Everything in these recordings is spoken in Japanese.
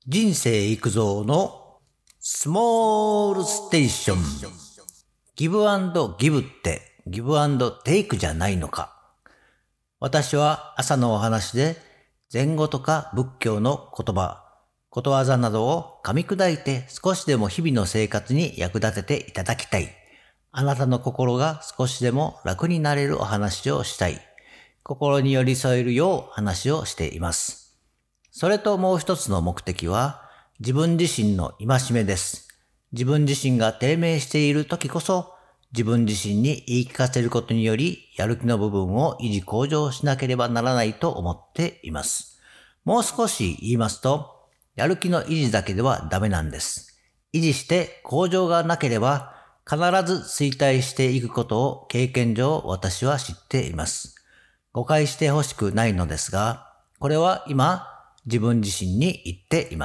人生育造のスモールステーション。ギブアンドギブってギブアンドテイクじゃないのか。私は朝のお話で禅語とか仏教の言葉、ことわざなどを噛み砕いて少しでも日々の生活に役立てていただきたい。あなたの心が少しでも楽になれるお話をしたい。心に寄り添えるよう話をしています。それともう一つの目的は、自分自身の戒めです。自分自身が低迷している時こそ、自分自身に言い聞かせることにより、やる気の部分を維持向上しなければならないと思っています。もう少し言いますと、やる気の維持だけではダメなんです。維持して向上がなければ、必ず衰退していくことを経験上私は知っています。誤解してほしくないのですが、これは今、自分自身に言っています。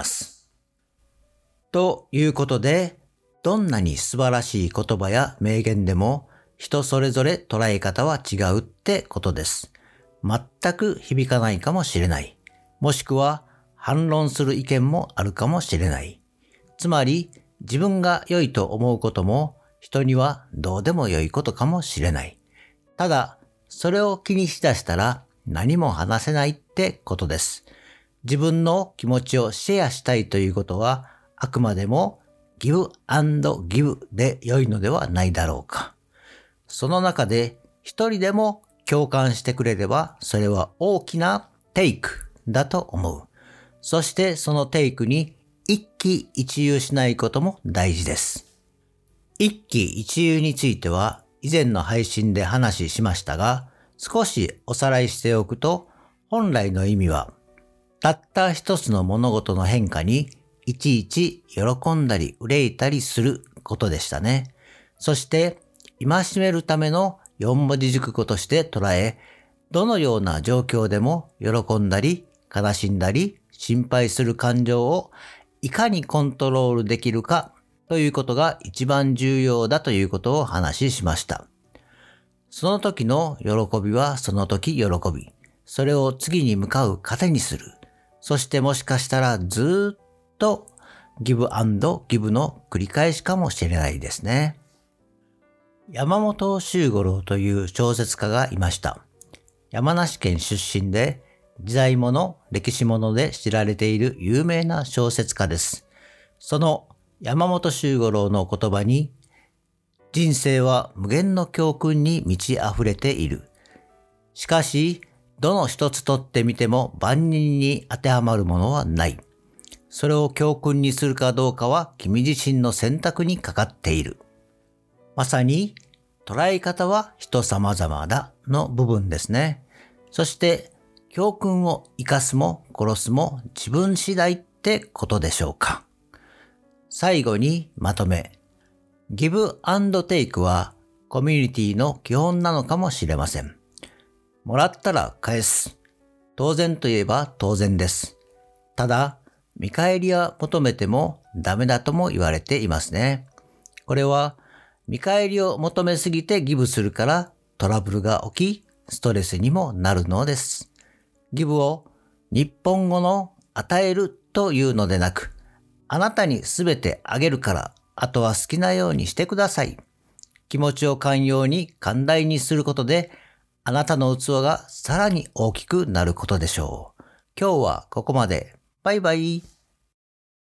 ということで、どんなに素晴らしい言葉や名言でも人それぞれ捉え方は違うってことです。全く響かないかもしれない。もしくは反論する意見もあるかもしれない。つまり自分が良いと思うことも人にはどうでも良いことかもしれない。ただ、それを気にしだしたら何も話せないってことです。自分の気持ちをシェアしたいということは、あくまでもギブアンドギブで良いのではないだろうか。その中で一人でも共感してくれれば、それは大きなテイクだと思う。そしてそのテイクに一喜一憂しないことも大事です。一喜一憂については以前の配信で話しましたが、少しおさらいしておくと、本来の意味は、たった一つの物事の変化にいちいち喜んだり憂いたりすることでしたね。そして戒めるための四文字熟語として捉え、どのような状況でも喜んだり悲しんだり心配する感情をいかにコントロールできるかということが一番重要だということを話しました。その時の喜びはその時喜び、それを次に向かう糧にする。そしてもしかしたらずっとギブアンドギブの繰り返しかもしれないですね。山本周五郎という小説家がいました。山梨県出身で時代物、歴史物で知られている有名な小説家です。その山本周五郎の言葉に、人生は無限の教訓に満ち溢れている。しかし、どの一つとってみても万人に当てはまるものはない。それを教訓にするかどうかは君自身の選択にかかっている。まさに捉え方は人様々だの部分ですね。そして教訓を生かすも殺すも自分次第ってことでしょうか。最後にまとめ。ギブアンドテイクはコミュニティの基本なのかもしれません。もらったら返す。当然といえば当然です。ただ、見返りは求めてもダメだとも言われていますね。これは、見返りを求めすぎてギブするからトラブルが起き、ストレスにもなるのです。ギブを日本語の与えるというのでなく、あなたにすべてあげるから、あとは好きなようにしてください。気持ちを寛容に寛大にすることで、あなたの器がさらに大きくなることでしょう。今日はここまで。バイバイ。